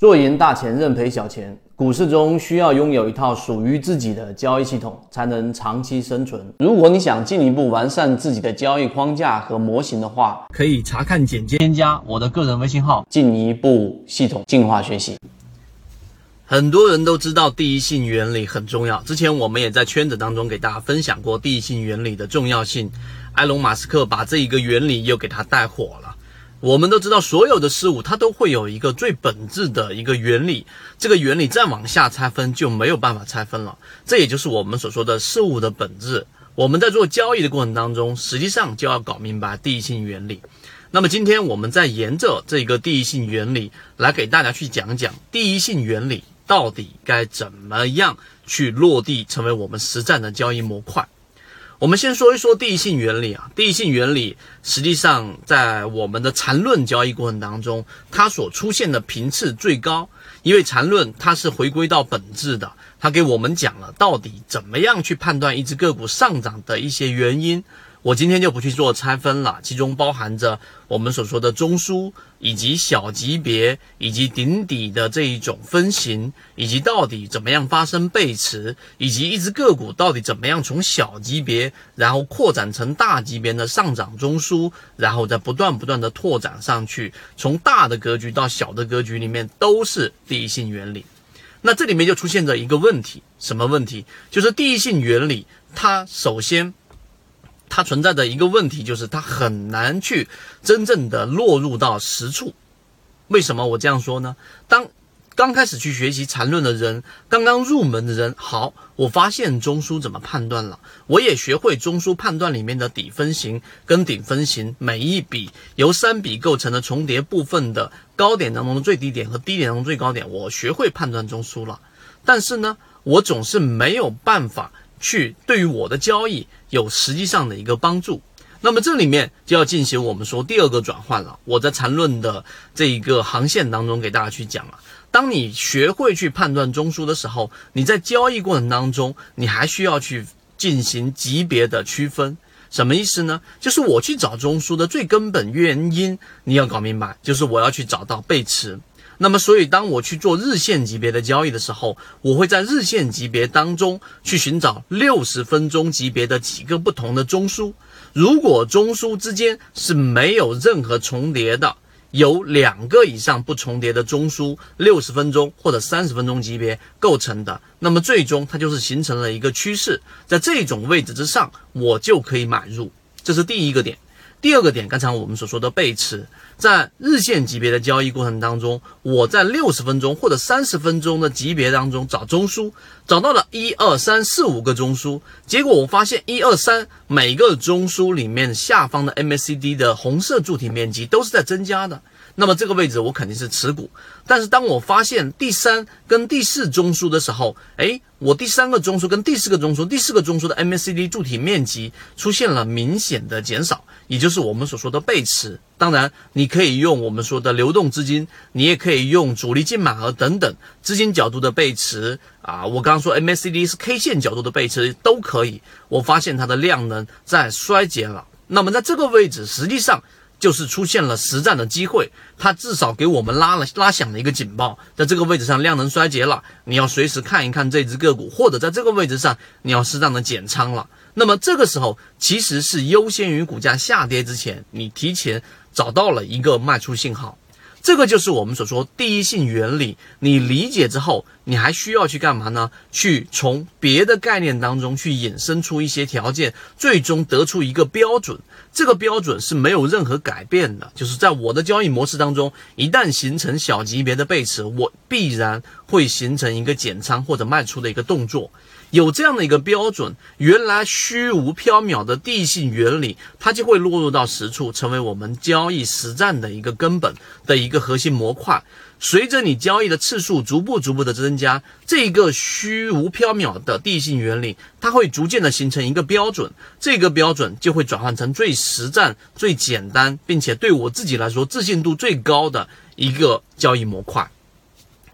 做赢大钱，认赔小钱。股市中需要拥有一套属于自己的交易系统，才能长期生存。如果你想进一步完善自己的交易框架和模型的话， 可以查看简介，添加我的个人微信号， 进一步系统进化学习。 很多人都知道第一性原理很重要，之前我们也在圈子当中给大家分享过第一性原理的重要性。埃隆·马斯克把这一个原理又给他带火了。我们都知道，所有的事物它都会有一个最本质的一个原理，这个原理再往下拆分就没有办法拆分了。这也就是我们所说的事物的本质。我们在做交易的过程当中，实际上就要搞明白第一性原理。那么今天我们再沿着这个第一性原理来给大家去讲讲第一性原理到底该怎么样去落地，成为我们实战的交易模块。我们先说一说第一性原理啊，第一性原理实际上在我们的缠论交易过程当中，它所出现的频次最高，因为缠论它是回归到本质的，它给我们讲了到底怎么样去判断一只个股上涨的一些原因。我今天就不去做拆分了，其中包含着我们所说的中枢，以及小级别，以及顶底的这一种分型，以及到底怎么样发生背驰，以及一只个股到底怎么样从小级别然后扩展成大级别的上涨中枢，然后再不断的拓展上去，从大的格局到小的格局里面都是第一性原理。那这里面就出现着一个问题，什么问题？就是第一性原理它首先它存在的一个问题，就是它很难去真正的落入到实处。为什么我这样说呢？当刚开始去学习缠论的人，刚刚入门的人，好，我发现中枢怎么判断了，我也学会中枢判断里面的底分型跟顶分型，每一笔由3笔构成的重叠部分的高点当中的最低点和低点当中最高点，我学会判断中枢了。但是呢，我总是没有办法去对于我的交易有实际上的一个帮助。那么这里面就要进行我们说第二个转换了。我在缠论的这一个航线当中给大家去讲了，当你学会去判断中枢的时候，你在交易过程当中你还需要去进行级别的区分。什么意思呢？就是我去找中枢的最根本原因，你要搞明白，就是我要去找到背驰。那么所以当我去做日线级别的交易的时候，我会在日线级别当中去寻找60分钟级别的几个不同的中枢。如果中枢之间是没有任何重叠的，有2个以上不重叠的中枢，60分钟或者30分钟级别构成的，那么最终它就是形成了一个趋势，在这种位置之上我就可以买入。这是第一个点。第二个点，刚才我们所说的背驰，在日线级别的交易过程当中，我在60分钟或者30分钟的级别当中找中枢，找到了1、2、3、4、5个中枢，结果我发现1、2、3每个中枢里面下方的 MACD 的红色柱体面积都是在增加的，那么这个位置我肯定是持股。但是当我发现第3跟第4中枢的时候，我第3个中枢跟第4个中枢，第4个中枢的 MACD 柱体面积出现了明显的减少，也就是我们所说的背驰。当然你可以用我们说的流动资金，你也可以用主力净买额等等资金角度的背驰啊，我刚刚说 MACD 是 K 线角度的背驰都可以。我发现它的量能在衰竭了，那么在这个位置实际上就是出现了实战的机会，它至少给我们拉响了一个警报，在这个位置上量能衰竭了，你要随时看一看这只个股，或者在这个位置上你要适当的减仓了。那么这个时候其实是优先于股价下跌之前，你提前找到了一个卖出信号。这个就是我们所说第一性原理，你理解之后，你还需要去干嘛呢？去从别的概念当中去引申出一些条件，最终得出一个标准。这个标准是没有任何改变的，就是在我的交易模式当中，一旦形成小级别的背驰，我必然会形成一个减仓或者卖出的一个动作。有这样的一个标准，原来虚无缥缈的第一性原理，它就会落入到实处，成为我们交易实战的一个根本的一个核心模块。随着你交易的次数逐步的增加，这个虚无缥缈的第一性原理，它会逐渐的形成一个标准，这个标准就会转换成最实战、最简单，并且对我自己来说自信度最高的一个交易模块。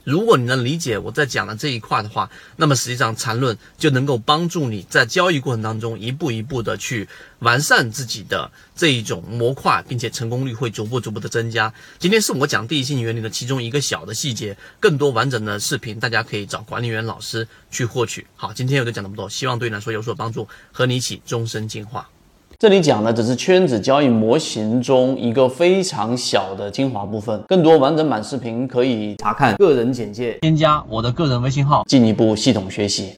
如果你能理解我在讲的这一块的话，那么实际上缠论就能够帮助你在交易过程当中一步一步的去完善自己的这一种模块，并且成功率会逐步的增加。今天是我讲第一性原理的其中一个小的细节，更多完整的视频大家可以找管理员老师去获取。好，今天我就讲这么多，希望对你来说有所帮助，和你一起终身进化。 这里讲的只是圈子交易模型中一个非常小的精华部分，更多完整版视频可以查看个人简介，添加我的个人微信号，进一步系统学习。